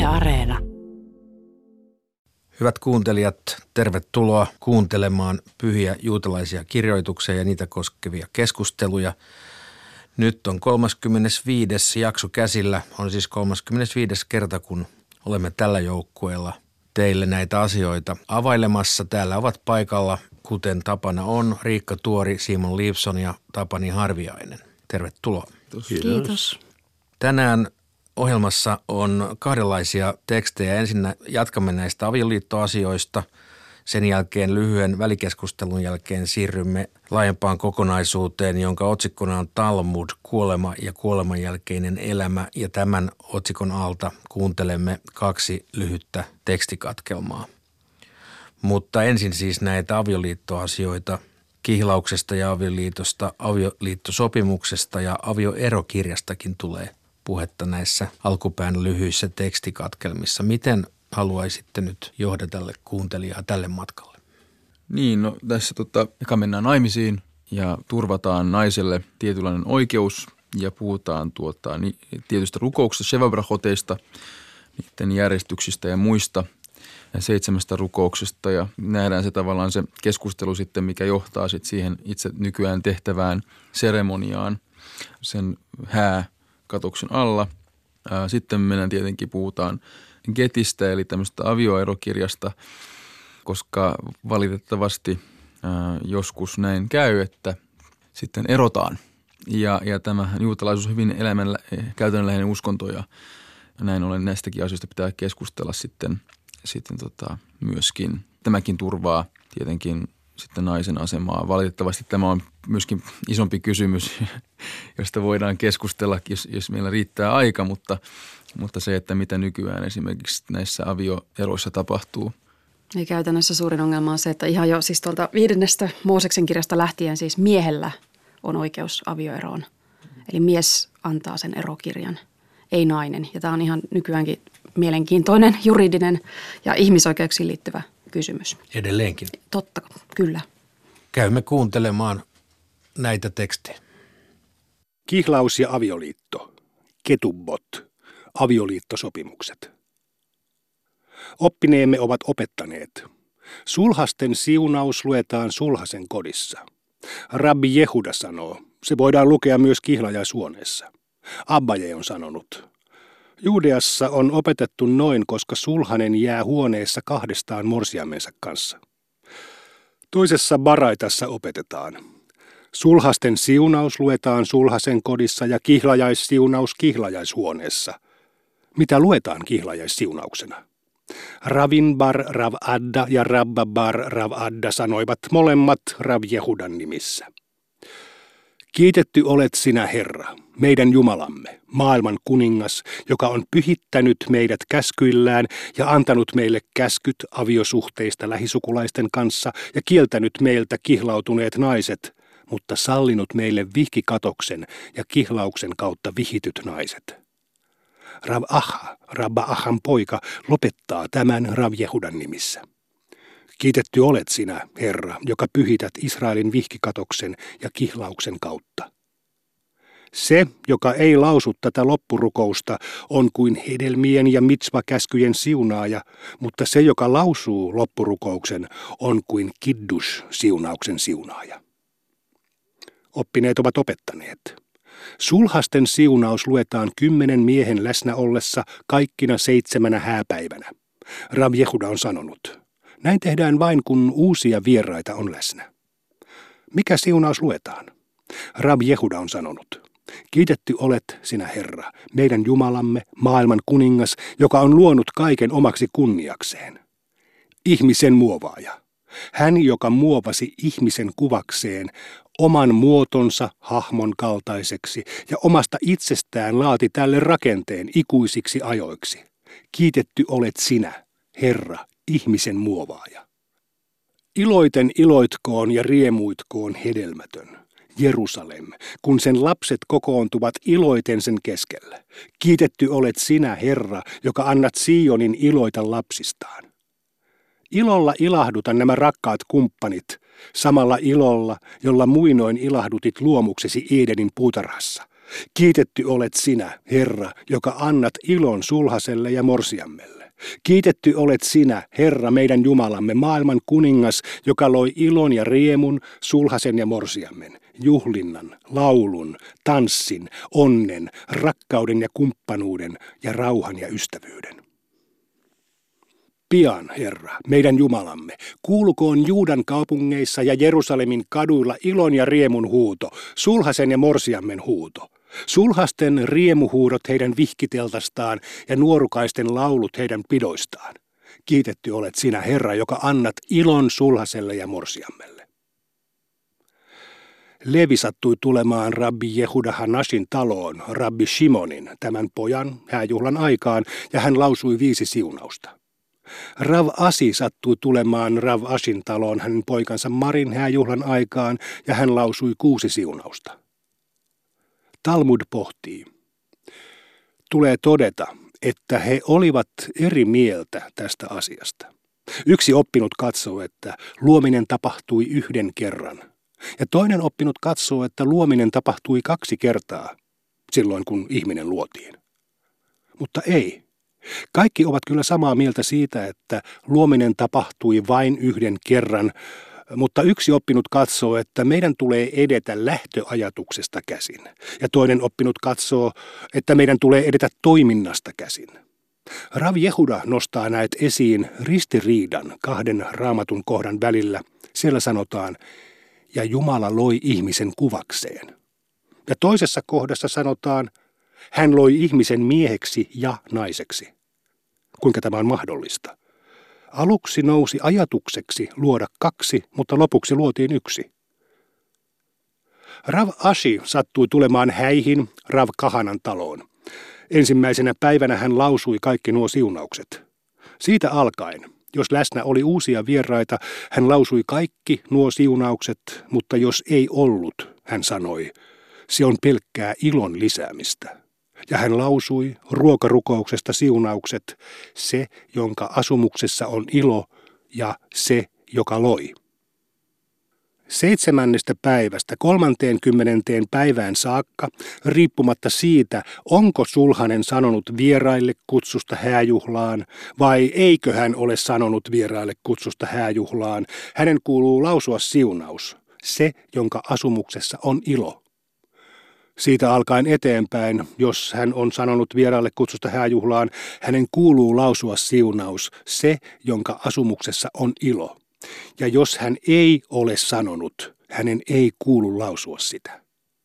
Areena. Hyvät kuuntelijat, tervetuloa kuuntelemaan pyhiä juutalaisia kirjoituksia ja niitä koskevia keskusteluja. Nyt on 35. jakso käsillä. On siis 35. kerta, kun olemme tällä joukkueella teille näitä asioita availemassa. Täällä ovat paikalla, kuten tapana on, Riikka Tuori, Simon Liipson ja Tapani Harviainen. Tervetuloa. Kiitos. Tänään ohjelmassa on kahdenlaisia tekstejä. Ensin jatkamme näistä avioliittoasioista. Sen jälkeen lyhyen välikeskustelun jälkeen siirrymme laajempaan kokonaisuuteen, jonka otsikkona on Talmud, kuolema ja kuoleman jälkeinen elämä. Ja tämän otsikon alta kuuntelemme 2 lyhyttä tekstikatkelmaa. Mutta ensin siis näitä avioliittoasioita, kihlauksesta ja avioliitosta, avioliittosopimuksesta ja avioerokirjastakin tulee puhetta näissä alkupään lyhyissä tekstikatkelmissa. Miten haluaisitte nyt johdatella kuuntelijaa tälle matkalle? Niin, no tässä eka mennään naimisiin ja turvataan naiselle tietynlainen oikeus ja puhutaan tietystä rukouksesta, shevabrachoteista, niiden järjestyksistä ja muista ja 7 rukouksesta ja nähdään se tavallaan se keskustelu sitten, mikä johtaa sitten siihen itse nykyään tehtävään seremoniaan sen hääkatoksen alla. Sitten mennään tietenkin puhutaan getistä eli tämmöistä avioerokirjasta, koska valitettavasti joskus näin käy, että sitten erotaan. Ja tämä juutalaisuus on hyvin käytännönläheinen uskonto ja näin ollen näistäkin asioista pitää keskustella sitten myöskin. Tämäkin turvaa tietenkin sitten naisen asemaa. Valitettavasti tämä on myöskin isompi kysymys, josta voidaan keskustella, jos meillä riittää aika, mutta se, että mitä nykyään esimerkiksi näissä avioeroissa tapahtuu. Ja käytännössä suurin ongelma on se, että ihan jo siis tuolta 5. Mooseksen kirjasta lähtien siis miehellä on oikeus avioeroon. Eli mies antaa sen erokirjan, ei nainen. Ja tämä on ihan nykyäänkin mielenkiintoinen juridinen ja ihmisoikeuksiin liittyvä kysymys. Edelleenkin. Totta, kyllä. Käymme kuuntelemaan näitä tekstejä. Kihlaus ja avioliitto. Ketubbot. Avioliittosopimukset. Oppineemme ovat opettaneet. Sulhasten siunaus luetaan sulhasen kodissa. Rabbi Jehuda sanoo, se voidaan lukea myös kihlajaishuoneessa. Abbaje on sanonut. Juudeassa on opetettu noin, koska sulhanen jää huoneessa 2 morsiamensa kanssa. Toisessa baraitassa opetetaan. Sulhasten siunaus luetaan sulhasen kodissa ja kihlajaissiunaus kihlajaishuoneessa. Mitä luetaan kihlajaissiunauksena? Ravin bar Rav Adda ja Rabba bar Rav Adda sanoivat molemmat Rav Jehudan nimissä. Kiitetty olet sinä, Herra, meidän Jumalamme, maailman kuningas, joka on pyhittänyt meidät käskyillään ja antanut meille käskyt aviosuhteista lähisukulaisten kanssa ja kieltänyt meiltä kihlautuneet naiset, mutta sallinut meille vihkikatoksen ja kihlauksen kautta vihityt naiset. Rav Aha, Rabba Ahan poika, lopettaa tämän Rav Jehudan nimissä. Kiitetty olet sinä, Herra, joka pyhität Israelin vihkikatoksen ja kihlauksen kautta. Se, joka ei lausu tätä loppurukousta, on kuin hedelmien ja mitsva-käskyjen siunaaja, mutta se, joka lausuu loppurukouksen, on kuin kiddush-siunauksen siunaaja. Oppineet ovat opettaneet. Sulhasten siunaus luetaan 10 miehen läsnä ollessa kaikkina 7 hääpäivänä. Rav Jehuda on sanonut. Näin tehdään vain, kun uusia vieraita on läsnä. Mikä siunaus luetaan? Rav Jehuda on sanonut. Kiitetty olet sinä, Herra, meidän Jumalamme, maailman kuningas, joka on luonut kaiken omaksi kunniakseen. Ihmisen muovaaja. Hän, joka muovasi ihmisen kuvakseen, oman muotonsa hahmon kaltaiseksi ja omasta itsestään laati tälle rakenteen ikuisiksi ajoiksi. Kiitetty olet sinä, Herra, ihmisen muovaaja. Iloiten iloitkoon ja riemuitkoon hedelmätön, Jerusalem, kun sen lapset kokoontuvat iloiten sen keskellä. Kiitetty olet sinä, Herra, joka annat Sionin iloita lapsistaan. Ilolla ilahduta nämä rakkaat kumppanit, samalla ilolla, jolla muinoin ilahdutit luomuksesi Edenin puutarhassa. Kiitetty olet sinä, Herra, joka annat ilon sulhaselle ja morsiammelle. Kiitetty olet sinä, Herra, meidän Jumalamme, maailman kuningas, joka loi ilon ja riemun, sulhasen ja morsiammen, juhlinnan, laulun, tanssin, onnen, rakkauden ja kumppanuuden ja rauhan ja ystävyyden. Pian, Herra, meidän Jumalamme, kuulukoon Juudan kaupungeissa ja Jerusalemin kaduilla ilon ja riemun huuto, sulhasen ja morsiammen huuto. Sulhasten riemuhuudot heidän vihkiteltastaan ja nuorukaisten laulut heidän pidoistaan. Kiitetty olet sinä, Herra, joka annat ilon sulhaselle ja morsiammelle. Levi sattui tulemaan Rabbi Jehuda Hanashin taloon Rabbi Shimonin, tämän pojan, hääjuhlan aikaan, ja hän lausui 5 siunausta. Rav Asi sattui tulemaan Rav Ashin taloon hänen poikansa Marin hääjuhlan aikaan, ja hän lausui 6 siunausta. Talmud pohtii. Tulee todeta, että he olivat eri mieltä tästä asiasta. Yksi oppinut katsoo, että luominen tapahtui 1 kerran, ja toinen oppinut katsoo, että luominen tapahtui 2 kertaa, silloin kun ihminen luotiin. Mutta ei. Kaikki ovat kyllä samaa mieltä siitä, että luominen tapahtui vain 1 kerran, mutta yksi oppinut katsoo, että meidän tulee edetä lähtöajatuksesta käsin, ja toinen oppinut katsoo, että meidän tulee edetä toiminnasta käsin. Rav Jehuda nostaa näet esiin ristiriidan 2 raamatun kohdan välillä. Siellä sanotaan, ja Jumala loi ihmisen kuvakseen. Ja toisessa kohdassa sanotaan, hän loi ihmisen mieheksi ja naiseksi. Kuinka tämä on mahdollista? Aluksi nousi ajatukseksi luoda 2, mutta lopuksi luotiin 1. Rav Ashi sattui tulemaan häihin Rav Kahanan taloon. Ensimmäisenä päivänä hän lausui kaikki nuo siunaukset. Siitä alkaen, jos läsnä oli uusia vieraita, hän lausui kaikki nuo siunaukset, mutta jos ei ollut, hän sanoi, se on pelkkää ilon lisäämistä. Ja hän lausui ruokarukouksesta siunaukset, se, jonka asumuksessa on ilo, ja se, joka loi. 7. päivästä 30. päivään saakka, riippumatta siitä, onko sulhanen sanonut vieraille kutsusta hääjuhlaan, vai eikö hän ole sanonut vieraille kutsusta hääjuhlaan, hänen kuuluu lausua siunaus, se, jonka asumuksessa on ilo. Siitä alkaen eteenpäin, jos hän on sanonut vieraille kutsusta hääjuhlaan, hänen kuuluu lausua siunaus, se, jonka asumuksessa on ilo. Ja jos hän ei ole sanonut, hänen ei kuulu lausua sitä.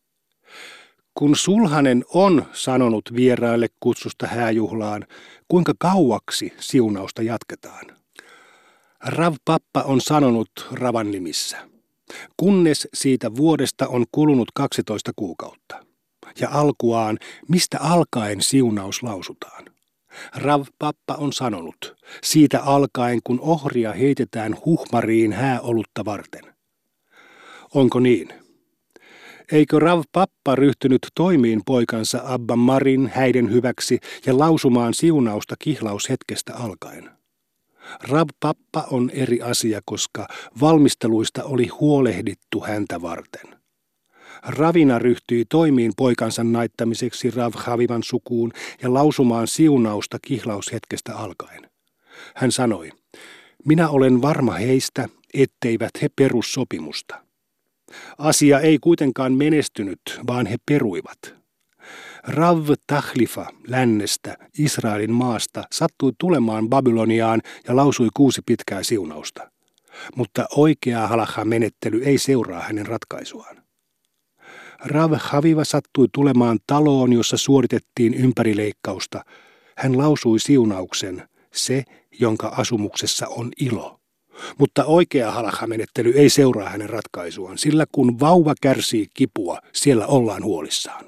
Kun sulhanen on sanonut vieraille kutsusta hääjuhlaan, kuinka kauaksi siunausta jatketaan? Rav Pappa on sanonut Ravan nimissä, kunnes siitä vuodesta on kulunut 12 kuukautta. Ja alkuaan, mistä alkaen siunaus lausutaan? Rav Pappa on sanonut, siitä alkaen kun ohria heitetään huhmariin hääolutta varten. Onko niin? Eikö Rav Pappa ryhtynyt toimiin poikansa Abba Marin häiden hyväksi ja lausumaan siunausta kihlaushetkestä alkaen? Rav Pappa on eri asia, koska valmisteluista oli huolehdittu häntä varten. Ravina ryhtyi toimiin poikansa naittamiseksi Rav Havivan sukuun ja lausumaan siunausta kihlaushetkestä alkaen. Hän sanoi, minä olen varma heistä, etteivät he peru sopimusta. Asia ei kuitenkaan menestynyt, vaan he peruivat. Rav Tahlifa lännestä, Israelin maasta, sattui tulemaan Babyloniaan ja lausui 6 pitkää siunausta. Mutta oikea halacha-menettely ei seuraa hänen ratkaisuaan. Rav Haviva sattui tulemaan taloon, jossa suoritettiin ympärileikkausta. Hän lausui siunauksen, se, jonka asumuksessa on ilo. Mutta oikea halacha-menettely ei seuraa hänen ratkaisuaan, sillä kun vauva kärsii kipua, siellä ollaan huolissaan.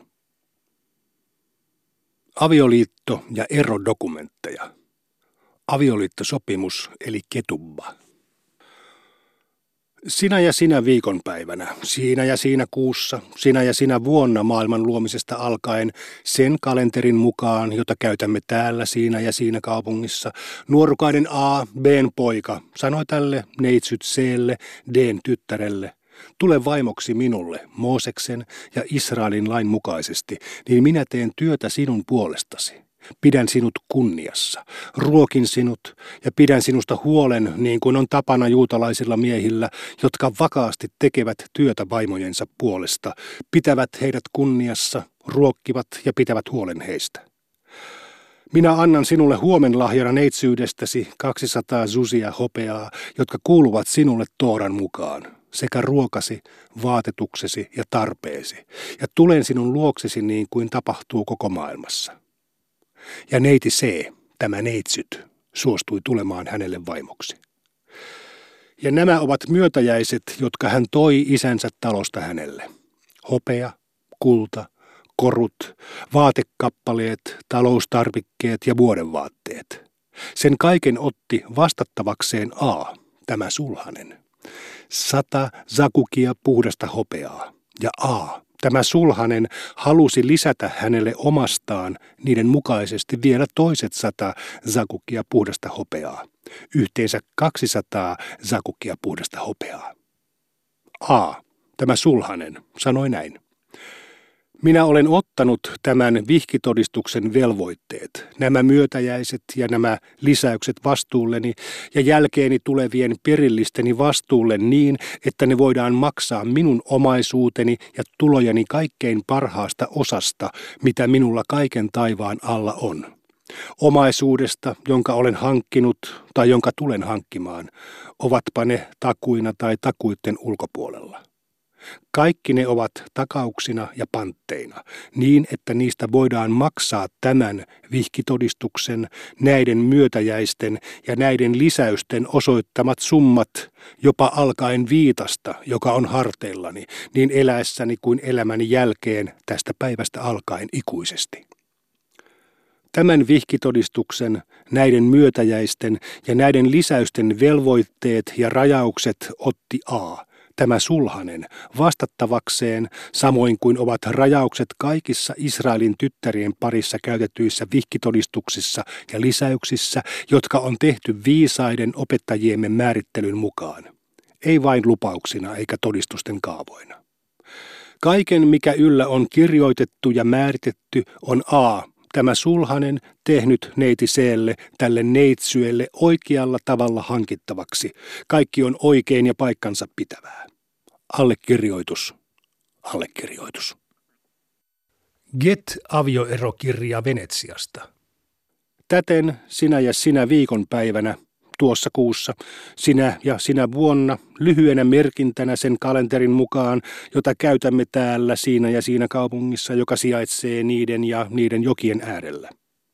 Avioliitto ja erodokumentteja. Avioliittosopimus eli ketubba. Sinä ja sinä viikonpäivänä, siinä ja siinä kuussa, sinä ja sinä vuonna maailman luomisesta alkaen, sen kalenterin mukaan, jota käytämme täällä siinä ja siinä kaupungissa, nuorukainen A, B:n poika, sanoi tälle neitsyt C:lle, D:n tyttärelle, Tule vaimoksi minulle Mooseksen ja Israelin lain mukaisesti, niin minä teen työtä sinun puolestasi. Pidän sinut kunniassa, ruokin sinut ja pidän sinusta huolen, niin kuin on tapana juutalaisilla miehillä, jotka vakaasti tekevät työtä vaimojensa puolesta, pitävät heidät kunniassa, ruokkivat ja pitävät huolen heistä. Minä annan sinulle huomenlahjana neitsyydestäsi 200 zusia hopeaa, jotka kuuluvat sinulle Tooran mukaan, sekä ruokasi, vaatetuksesi ja tarpeesi, ja tulen sinun luoksesi niin kuin tapahtuu koko maailmassa. Ja neiti C, tämä neitsyt, suostui tulemaan hänelle vaimoksi. Ja nämä ovat myötäjäiset, jotka hän toi isänsä talosta hänelle. Hopea, kulta, korut, vaatekappaleet, taloustarvikkeet ja vuodenvaatteet. Sen kaiken otti vastattavakseen A, tämä sulhanen. 100 zakukia puhdasta hopeaa. Ja A, tämä sulhanen, halusi lisätä hänelle omastaan niiden mukaisesti vielä toiset 100 zakukia puhdasta hopeaa. Yhteensä 200 zakukia puhdasta hopeaa. A, tämä sulhanen, sanoi näin. Minä olen ottanut tämän vihkitodistuksen velvoitteet, nämä myötäjäiset ja nämä lisäykset vastuulleni ja jälkeeni tulevien perillisteni vastuulle niin, että ne voidaan maksaa minun omaisuuteni ja tulojani kaikkein parhaasta osasta, mitä minulla kaiken taivaan alla on. Omaisuudesta, jonka olen hankkinut tai jonka tulen hankkimaan, ovatpa ne takuina tai takuitten ulkopuolella. Kaikki ne ovat takauksina ja pantteina, niin että niistä voidaan maksaa tämän vihkitodistuksen, näiden myötäjäisten ja näiden lisäysten osoittamat summat, jopa alkaen viitasta, joka on harteillani, niin eläessäni kuin elämäni jälkeen tästä päivästä alkaen ikuisesti. Tämän vihkitodistuksen, näiden myötäjäisten ja näiden lisäysten velvoitteet ja rajaukset otti A, tämä sulhanen, vastattavakseen, samoin kuin ovat rajaukset kaikissa Israelin tyttärien parissa käytetyissä vihkitodistuksissa ja lisäyksissä, jotka on tehty viisaiden opettajiemme määrittelyn mukaan. Ei vain lupauksina eikä todistusten kaavoina. Kaiken, mikä yllä on kirjoitettu ja määritetty, on A, tämä sulhanen, tehnyt neiti C:lle, tälle neitsyelle oikealla tavalla hankittavaksi. Kaikki on oikein ja paikkansa pitävää. Allekirjoitus. Allekirjoitus. Get-avioerokirja Venetsiasta. Täten sinä ja sinä viikonpäivänä, tuossa kuussa, sinä ja sinä vuonna, lyhyenä merkintänä sen kalenterin mukaan, jota käytämme täällä siinä ja siinä kaupungissa, joka sijaitsee niiden ja niiden jokien äärellä.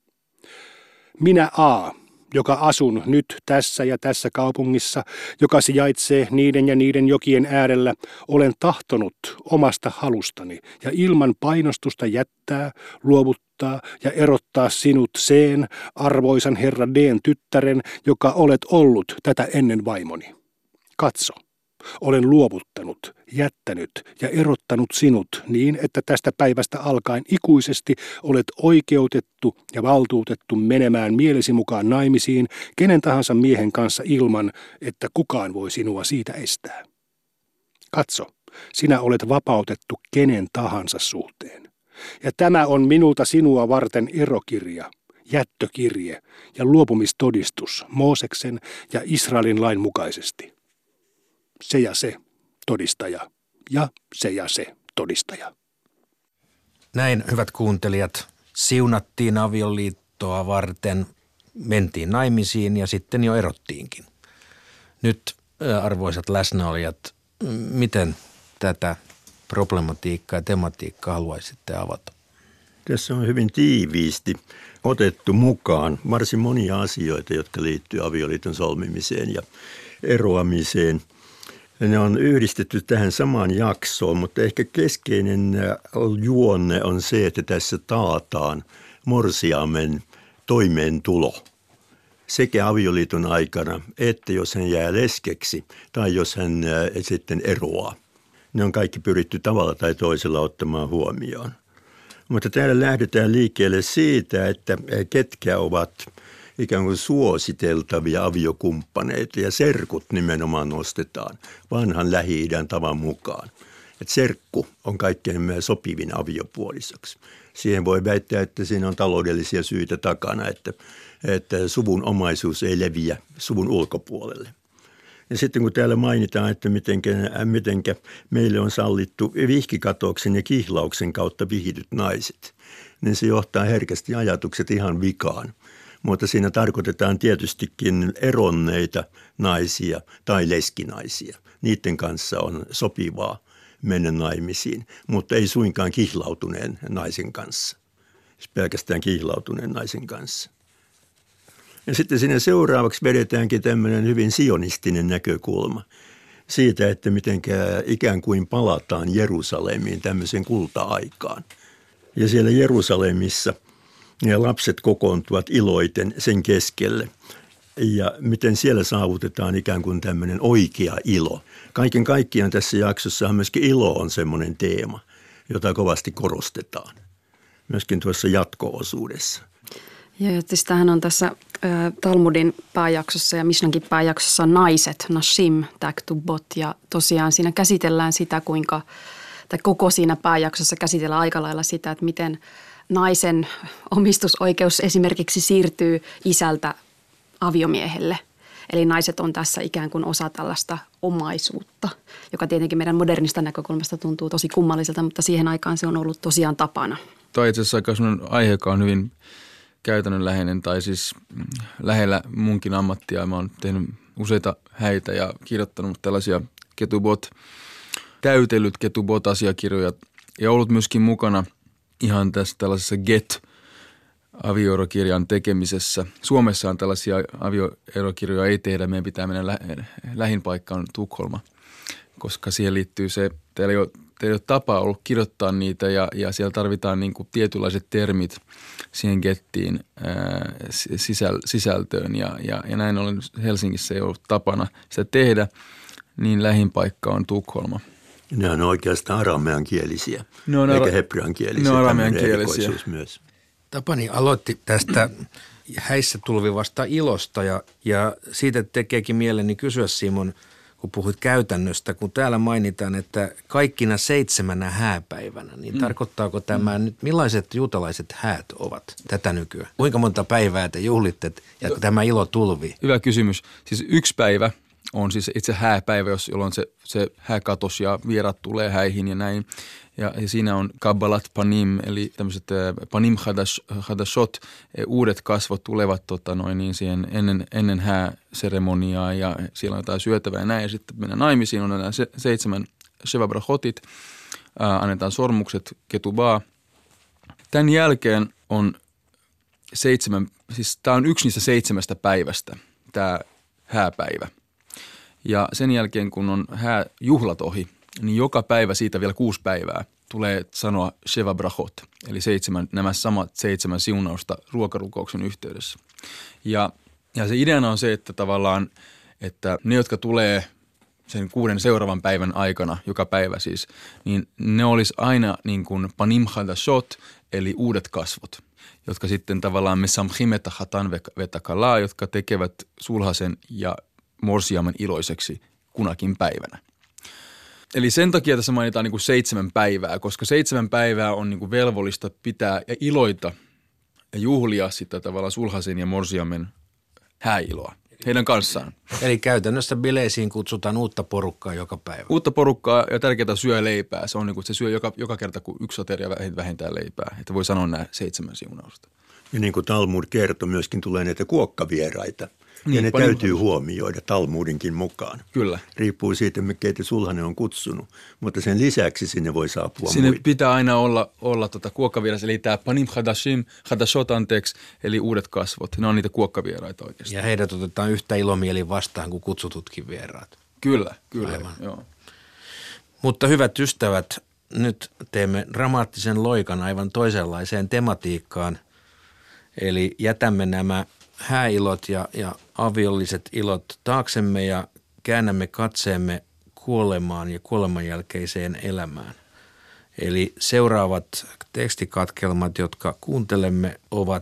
Minä A, joka asun nyt tässä ja tässä kaupungissa, joka sijaitsee niiden ja niiden jokien äärellä, olen tahtonut omasta halustani ja ilman painostusta jättää, luovuttaa ja erottaa sinut C:n, arvoisan herra D:n tyttären, joka olet ollut tätä ennen vaimoni. Katso. Olen luovuttanut, jättänyt ja erottanut sinut niin, että tästä päivästä alkaen ikuisesti olet oikeutettu ja valtuutettu menemään mielesi mukaan naimisiin kenen tahansa miehen kanssa ilman, että kukaan voi sinua siitä estää. Katso, sinä olet vapautettu kenen tahansa suhteen. Ja tämä on minulta sinua varten erokirja, jättökirje ja luopumistodistus Mooseksen ja Israelin lain mukaisesti. Se ja se todistaja ja se todistaja. Näin, hyvät kuuntelijat, siunattiin avioliittoa varten, mentiin naimisiin ja sitten jo erottiinkin. Nyt, arvoisat läsnäolijat, miten tätä problematiikkaa ja tematiikkaa haluaisitte avata? Tässä on hyvin tiiviisti otettu mukaan varsin monia asioita, jotka liittyy avioliiton solmimiseen ja eroamiseen. Ne on yhdistetty tähän samaan jaksoon, mutta ehkä keskeinen juonne on se, että tässä taataan morsiamen toimeentulo sekä avioliiton aikana, että jos hän jää leskeksi tai jos hän sitten eroaa. Ne on kaikki pyritty tavalla tai toisella ottamaan huomioon. Mutta täällä lähdetään liikkeelle siitä, että ketkä ovat ikään kuin suositeltavia aviokumppaneita ja serkut nimenomaan nostetaan vanhan Lähi-idän tavan mukaan. Että serkku on kaikkein sopivin aviopuolisoksi. Siihen voi väittää, että siinä on taloudellisia syitä takana, että suvun omaisuus ei leviä suvun ulkopuolelle. Ja sitten kun täällä mainitaan, että mitenkä meille on sallittu vihkikatoksen ja kihlauksen kautta vihdyt naiset, niin se johtaa herkästi ajatukset ihan vikaan. Mutta siinä tarkoitetaan tietystikin eronneita naisia tai leskinaisia. Niiden kanssa on sopivaa mennä naimisiin, mutta ei suinkaan kihlautuneen naisen kanssa. Pelkästään kihlautuneen naisen kanssa. Ja sitten sinne seuraavaksi vedetäänkin tämmöinen hyvin sionistinen näkökulma siitä, että miten ikään kuin palataan Jerusalemiin tämmöiseen kulta-aikaan. Ja siellä Jerusalemissa ja lapset kokoontuvat iloiten sen keskelle. Ja miten siellä saavutetaan ikään kuin tämmöinen oikea ilo. Kaiken kaikkiaan tässä jaksossa myöskin ilo on semmoinen teema, jota kovasti korostetaan. Myöskin tuossa jatko-osuudessa. Ja siis tämähän on tässä Talmudin pääjaksossa ja Mishnankin pääjaksossa naiset, nashim, taktubot. Ja tosiaan siinä käsitellään sitä, tai koko siinä pääjaksossa käsitellään aika lailla sitä, että miten naisen omistusoikeus esimerkiksi siirtyy isältä aviomiehelle. Eli naiset on tässä ikään kuin osa tällaista omaisuutta, joka tietenkin meidän modernista näkökulmasta tuntuu tosi kummalliselta, mutta siihen aikaan se on ollut tosiaan tapana. Tämä on itse asiassa aika sellainen aihe, joka on hyvin käytännönläheinen tai siis lähellä munkin ammattia. Mä oon tehnyt useita häitä ja kirjoittanut tällaisia täytellyt ketubot-asiakirjoja ja ollut myöskin mukana ihan tässä tällaisessa avioerokirjan tekemisessä. Suomessaan tällaisia avioerokirjoja ei tehdä, meidän pitää mennä lähin paikkaan Tukholma, koska siihen liittyy se, teillä ei ole tapaa ollut kirjoittaa niitä ja siellä tarvitaan niin kuin tietynlaiset termit siihen gettiin sisältöön ja näin ollen Helsingissä ei ollut tapana sitä tehdä, niin lähin paikka on Tukholma. Ne on oikeastaan arameankielisiä, eikä hebreankielisiä. Ne on arameankielisiä. Myös. Tapani aloitti tästä häissä tulvivasta ilosta ja siitä tekeekin mieleni kysyä, Simon, kun puhuit käytännöstä, kun täällä mainitaan, että kaikkina 7 hääpäivänä, niin tarkoittaako tämä nyt, millaiset juutalaiset häät ovat tätä nykyään? Kuinka monta päivää te juhlitte ja tämä ilo tulvi? Hyvä kysymys. Siis 1 päivä on siis itse hääpäivä, jolloin se hää katosi ja vieraat tulee häihin ja näin. Ja siinä on kabbalat panim, eli tämmöiset panim hadashot, uudet kasvot tulevat siihen ennen hääseremoniaa ja siellä on jotain syötävää ja näin. Ja sitten mennään naimisiin, on nämä 7 sheva brachotit, annetaan sormukset, ketubaa. Tämän jälkeen on 7, siis tämä on yksi niistä 7 päivästä, tämä hääpäivä. Ja sen jälkeen, kun on juhlat ohi, niin joka päivä siitä vielä 6 päivää tulee sanoa sheva brachot, eli nämä samat 7 siunausta ruokarukouksen yhteydessä. Ja se ideana on se, että tavallaan, että ne, jotka tulee sen 6 seuraavan päivän aikana, joka päivä siis, niin ne olisi aina niin kuin panim hadashot, eli uudet kasvot, jotka sitten tavallaan mesamchim et hatan vetakala, jotka tekevät sulhasen ja morsiamen iloiseksi kunakin päivänä. Eli sen takia tässä mainitaan niin kuin 7 päivää, koska 7 päivää on niin kuin velvollista pitää ja iloita ja juhlia sitä tavallaan sulhasen ja morsiamen hääiloa heidän kanssaan. Eli käytännössä bileisiin kutsutaan uutta porukkaa joka päivä. Uutta porukkaa ja tärkeää syö leipää. Se on niin kuin, että se syö joka kerta, kun 1 ateria vähintään leipää. Että voi sanoa nämä 7 siunausta. Ja niin kuin Talmud kertoi, myöskin tulee näitä kuokkavieraita. Ja ne täytyy huomioida Talmudinkin mukaan. Kyllä. Riippuu siitä, keitä sulhanen on kutsunut, mutta sen lisäksi sinne voi saapua sinne muita. Pitää aina olla kuokkavieras, eli tämä panim hadashot eli uudet kasvot. Ne on niitä kuokkavieraita oikeastaan. Ja heidät otetaan yhtä ilomielin vastaan kuin kutsututkin vieraat. Kyllä. Joo. Mutta hyvät ystävät, nyt teemme dramaattisen loikan aivan toisenlaiseen tematiikkaan. Eli jätämme nämä hääilot ja aviolliset ilot taaksemme ja käännämme katseemme kuolemaan ja kuoleman jälkeiseen elämään. Eli seuraavat tekstikatkelmat, jotka kuuntelemme, ovat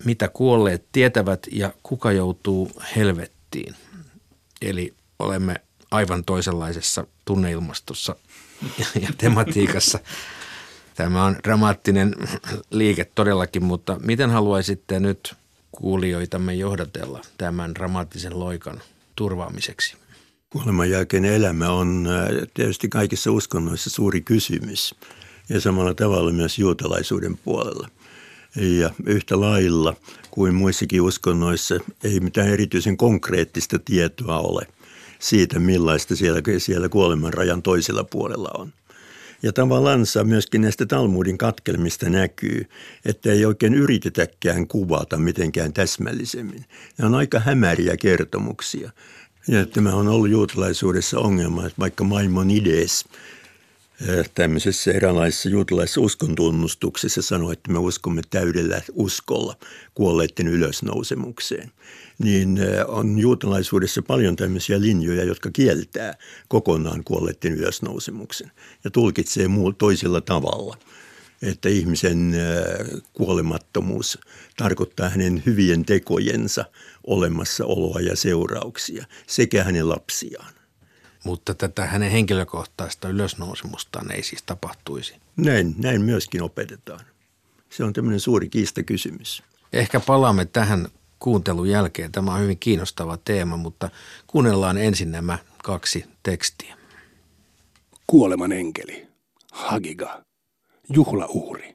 mitä kuolleet tietävät ja kuka joutuu helvettiin. Eli olemme aivan toisenlaisessa tunneilmastossa ja tematiikassa. Tämä on dramaattinen liike todellakin, mutta miten haluaisitte nyt kuulijoitamme johdatella tämän dramaattisen loikan turvaamiseksi? Kuoleman jälkeinen elämä on tietysti kaikissa uskonnoissa suuri kysymys ja samalla tavalla myös juutalaisuuden puolella. Ja yhtä lailla kuin muissakin uskonnoissa ei mitään erityisen konkreettista tietoa ole siitä, millaista siellä kuoleman rajan toisella puolella on. Ja tavallaan myöskin näistä Talmudin katkelmista näkyy, että ei oikein yritetäkään kuvata mitenkään täsmällisemmin. Ne on aika hämäriä kertomuksia. Ja tämä on ollut juutalaisuudessa ongelma, että vaikka Maimonides tämmöisessä eräänlaisessa juutalaisessa uskontunnustuksessa sanoi, että me uskomme täydellä uskolla kuolleiden ylösnousemukseen, niin on juutalaisuudessa paljon tämmöisiä linjoja, jotka kieltää kokonaan kuolleiden ylösnousemuksen ja tulkitsee toisella tavalla. Että ihmisen kuolemattomuus tarkoittaa hänen hyvien tekojensa olemassaoloa ja seurauksia sekä hänen lapsiaan. Mutta tätä hänen henkilökohtaista ylösnousemustaan ei siis tapahtuisi. Näin myöskin opetetaan. Se on tämmöinen suuri kiistakysymys. Ehkä palaamme tähän kuuntelun jälkeen. Tämä on hyvin kiinnostava teema, mutta kuunnellaan ensin nämä 2 tekstiä. Kuoleman enkeli, Hagiga, juhlauhri.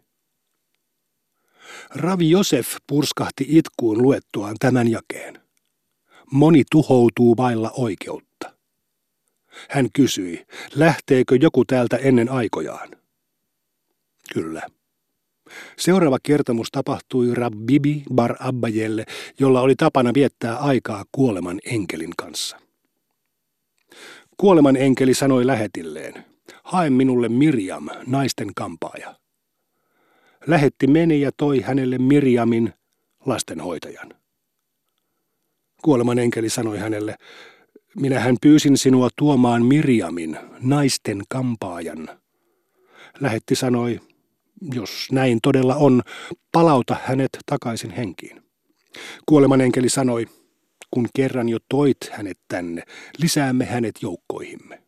Ravi Josef purskahti itkuun luettuaan tämän jakeen. Moni tuhoutuu vailla oikeutta. Hän kysyi, lähteekö joku täältä ennen aikojaan? Kyllä. Seuraava kertomus tapahtui Rabbi bar Abbajelle, jolla oli tapana viettää aikaa kuoleman enkelin kanssa. Kuoleman enkeli sanoi lähetilleen, hae minulle Mirjam, naisten kampaaja. Lähetti meni ja toi hänelle Mirjamin, lastenhoitajan. Kuoleman enkeli sanoi hänelle, minähän pyysin sinua tuomaan Mirjamin, naisten kampaajan. Lähetti sanoi, jos näin todella on, palauta hänet takaisin henkiin. Kuoleman enkeli sanoi, kun kerran jo toit hänet tänne, lisäämme hänet joukkoihimme.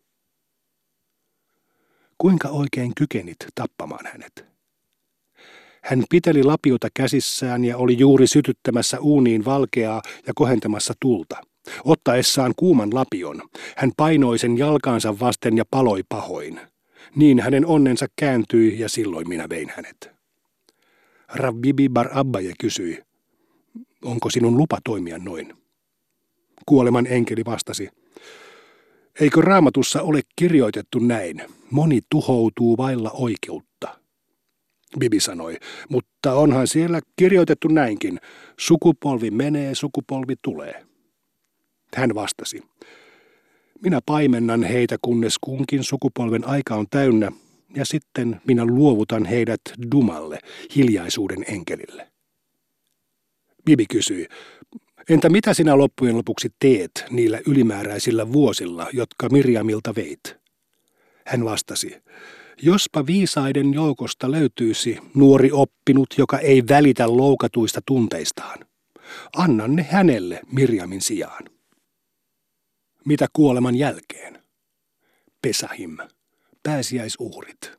Kuinka oikein kykenit tappamaan hänet? Hän piteli lapiota käsissään ja oli juuri sytyttämässä uuniin valkeaa ja kohentamassa tulta. Ottaessaan kuuman lapion, hän painoi sen jalkaansa vasten ja paloi pahoin. Niin hänen onnensa kääntyi ja silloin minä vein hänet. Rabbi bar Abbaje kysyi, onko sinun lupa toimia noin? Kuoleman enkeli vastasi, eikö Raamatussa ole kirjoitettu näin, moni tuhoutuu vailla oikeutta? Bibi sanoi, mutta onhan siellä kirjoitettu näinkin, sukupolvi menee, sukupolvi tulee. Hän vastasi, minä paimennan heitä, kunnes kunkin sukupolven aika on täynnä, ja sitten minä luovutan heidät Dumalle, hiljaisuuden enkelille. Bibi kysyi, entä mitä sinä loppujen lopuksi teet niillä ylimääräisillä vuosilla, jotka Mirjamilta veit? Hän vastasi, jospa viisaiden joukosta löytyisi nuori oppinut, joka ei välitä loukatuista tunteistaan. Annan ne hänelle Mirjamin sijaan. Mitä kuoleman jälkeen? Pesahim, pääsiäisuhrit.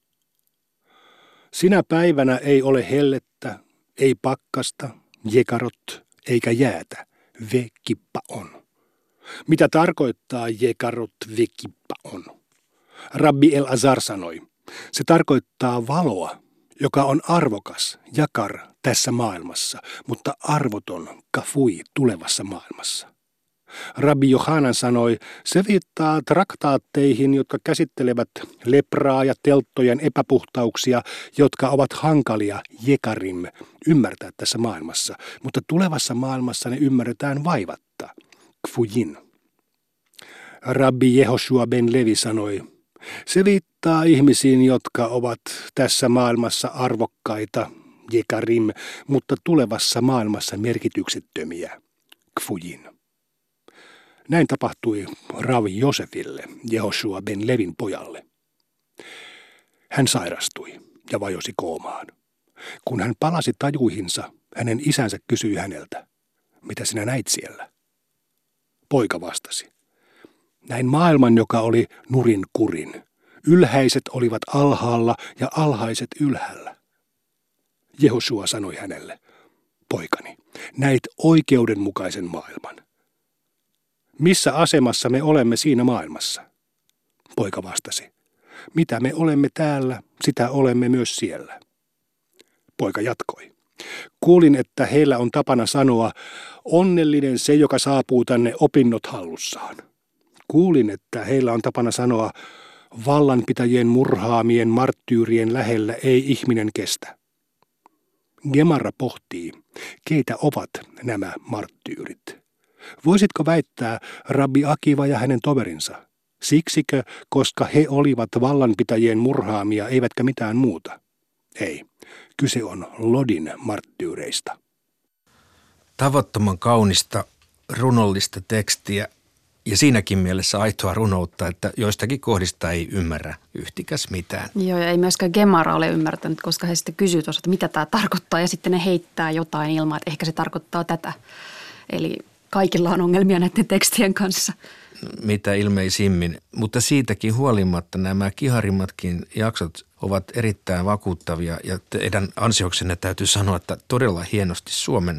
Sinä päivänä ei ole hellettä, ei pakkasta, jekarot eikä jäätä, vekippa on. Mitä tarkoittaa jekarot, vekippa on? Rabbi El-Azar sanoi, se tarkoittaa valoa, joka on arvokas, jakar tässä maailmassa, mutta arvoton, kafui tulevassa maailmassa. Rabbi Johanan sanoi, se viittaa traktaatteihin, jotka käsittelevät lepraa ja telttojen epäpuhtauksia, jotka ovat hankalia jekarim ymmärtää tässä maailmassa, mutta tulevassa maailmassa ne ymmärretään vaivatta, kfujin. Rabbi Jehoshua ben Levi sanoi, se viittaa ihmisiin, jotka ovat tässä maailmassa arvokkaita, jekarim, mutta tulevassa maailmassa merkityksettömiä, kfujin. Näin tapahtui Ravi Josefille, Jehoshua ben Levin pojalle. Hän sairastui ja vajosi koomaan. Kun hän palasi tajuihinsa, Hänen isänsä kysyi häneltä, mitä sinä näit siellä? Poika vastasi, näin maailman, joka oli nurin kurin. Ylhäiset olivat alhaalla ja alhaiset ylhäällä. Jehoshua sanoi hänelle, poikani, näit oikeudenmukaisen maailman. Missä asemassa me olemme siinä maailmassa? Poika vastasi, mitä me olemme täällä, sitä olemme myös siellä. Poika jatkoi. Kuulin, että heillä on tapana sanoa, onnellinen se, joka saapuu tänne opinnot hallussaan. Kuulin, että heillä on tapana sanoa, vallanpitäjien murhaamien marttyyrien lähellä ei ihminen kestä. Gemara pohtii, keitä ovat nämä marttyyrit. Voisitko väittää Rabbi Akiva ja hänen toverinsa? Siksikö, koska he olivat vallanpitäjien murhaamia, eivätkä mitään muuta? Ei, kyse on Lodin marttyyreistä. Tavattoman kaunista, runollista tekstiä ja siinäkin mielessä aitoa runoutta, että joistakin kohdista ei ymmärrä yhtikäs mitään. Joo, ja ei myöskään Gemara ole ymmärtänyt, koska he sitten kysyvät tuossa, että mitä tämä tarkoittaa, ja sitten ne heittää jotain ilman, että ehkä se tarkoittaa tätä. Eli kaikilla on ongelmia näiden tekstien kanssa. Mitä ilmeisimmin, mutta siitäkin huolimatta nämä kiharimmatkin jaksot ovat erittäin vakuuttavia ja teidän ansioksenne täytyy sanoa, että todella hienosti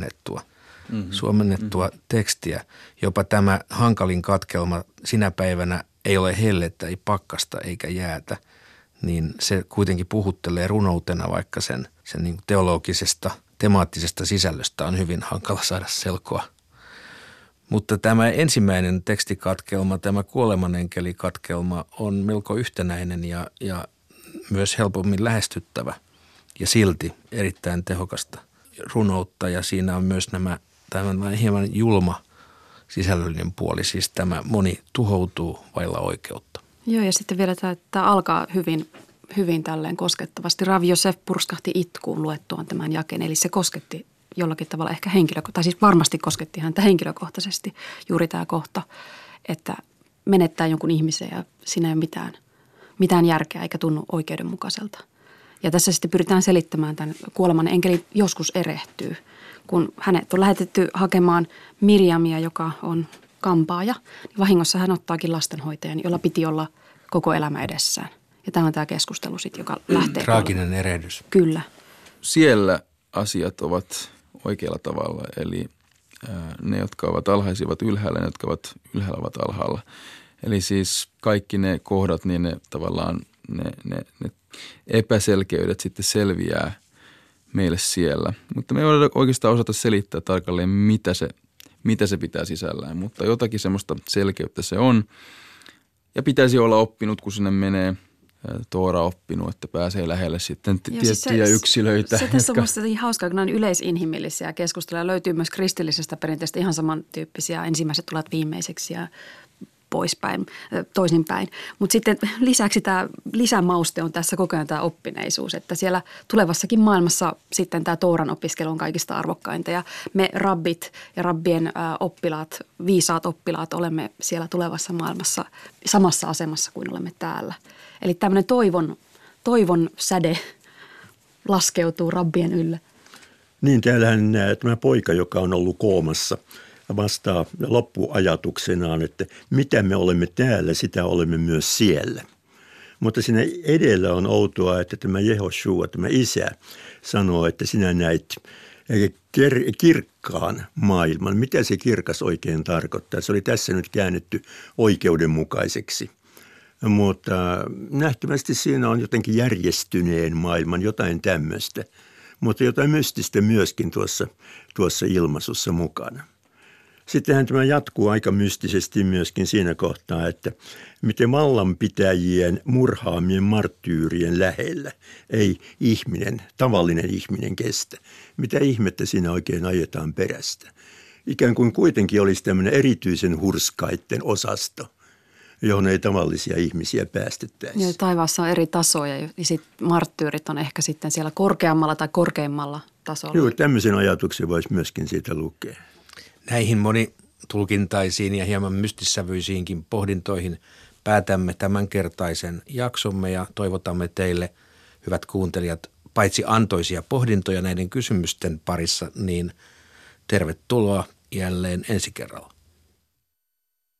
suomennettua tekstiä. Jopa tämä hankalin katkelma sinä päivänä ei ole hellettä, ei pakkasta eikä jäätä, niin se kuitenkin puhuttelee runoutena, vaikka sen niin teologisesta, temaattisesta sisällöstä on hyvin hankala saada selkoa. Mutta tämä ensimmäinen tekstikatkelma, tämä kuolemanenkelikatkelma on melko yhtenäinen ja myös helpommin lähestyttävä ja silti erittäin tehokasta runoutta. Ja siinä on myös tämä hieman julma sisällöllinen puoli, siis tämä moni tuhoutuu vailla oikeutta. Joo, ja sitten vielä tämä alkaa hyvin tälleen koskettavasti. Rav Yosef purskahti itkuun luettuaan tämän jakeen, eli se kosketti jollakin tavalla ehkä tai siis varmasti kosketti häntä henkilökohtaisesti juuri tämä kohta, että menettää jonkun ihmisen ja siinä ei ole mitään järkeä eikä tunnu oikeudenmukaiselta. Ja tässä sitten pyritään selittämään tämän kuoleman enkeli joskus erehtyy, kun hänet on lähetetty hakemaan Mirjamia, joka on kampaaja, niin vahingossa hän ottaakin lastenhoitajan, jolla piti olla koko elämä edessään. Ja tämä on tämä keskustelu sitten, joka lähtee. Traaginen erehdys. Kyllä. Siellä asiat ovat oikealla tavalla, eli ne, jotka ovat alhaisia, ovat ylhäällä, ne, jotka ovat ylhäällä, ovat alhaalla. Eli siis kaikki ne kohdat, niin ne tavallaan ne epäselkeydet sitten selviää meille siellä. Mutta me ei ole oikeastaan osata selittää tarkalleen, mitä se pitää sisällään, mutta jotakin semmoista selkeyttä se on. Ja pitäisi olla oppinut, kun sinne menee Toora oppinut, että pääsee lähelle sitten tiettyjä yksilöitä. Se tässä on minusta hauskaa, kun ne on yleisinhimillisiä keskusteluja. Löytyy myös kristillisestä perinteestä ihan samantyyppisiä. Ensimmäiset tulevat viimeiseksi ja toisinpäin. Mutta sitten lisäksi tämä lisämauste on tässä koko ajan tämä oppineisuus, että siellä tulevassakin maailmassa sitten tämä Tooran opiskelu on kaikista arvokkainta ja me rabbit ja rabbien oppilaat, viisaat oppilaat olemme siellä tulevassa maailmassa samassa asemassa kuin olemme täällä. Eli tämmöinen toivon säde laskeutuu rabbien ylle. Niin, täällähän tämä poika, joka on ollut koomassa, vastaa loppuajatuksenaan, että mitä me olemme täällä, sitä olemme myös siellä. Mutta siinä edellä on outoa, että tämä Jehoshua, tämä isä, sanoo, että sinä näit kirkkaan maailman. Mitä se kirkas oikein tarkoittaa? Se oli tässä nyt käännetty oikeudenmukaiseksi. Mutta nähtävästi siinä on jotenkin järjestyneen maailman, jotain tämmöistä, mutta jotain mystistä myöskin tuossa ilmaisussa mukana. Sittenhän tämä jatkuu aika mystisesti myöskin siinä kohtaa, että miten vallanpitäjien murhaamien marttyyrien lähellä ei tavallinen ihminen kestä. Mitä ihmettä siinä oikein ajetaan perästä? Ikään kuin kuitenkin olisi tämmöinen erityisen hurskaitten osasto, johon ei tavallisia ihmisiä päästettäisi. Joo, taivaassa on eri tasoja ja sitten marttyyrit on ehkä sitten siellä korkeammalla tai korkeimmalla tasolla. Joo, tämmöisen ajatuksen voisi myöskin siitä lukea. Näihin monitulkintaisiin ja hieman mystissävyisiinkin pohdintoihin päätämme tämänkertaisen jaksomme ja toivotamme teille, hyvät kuuntelijat, paitsi antoisia pohdintoja näiden kysymysten parissa, niin tervetuloa jälleen ensi kerralla.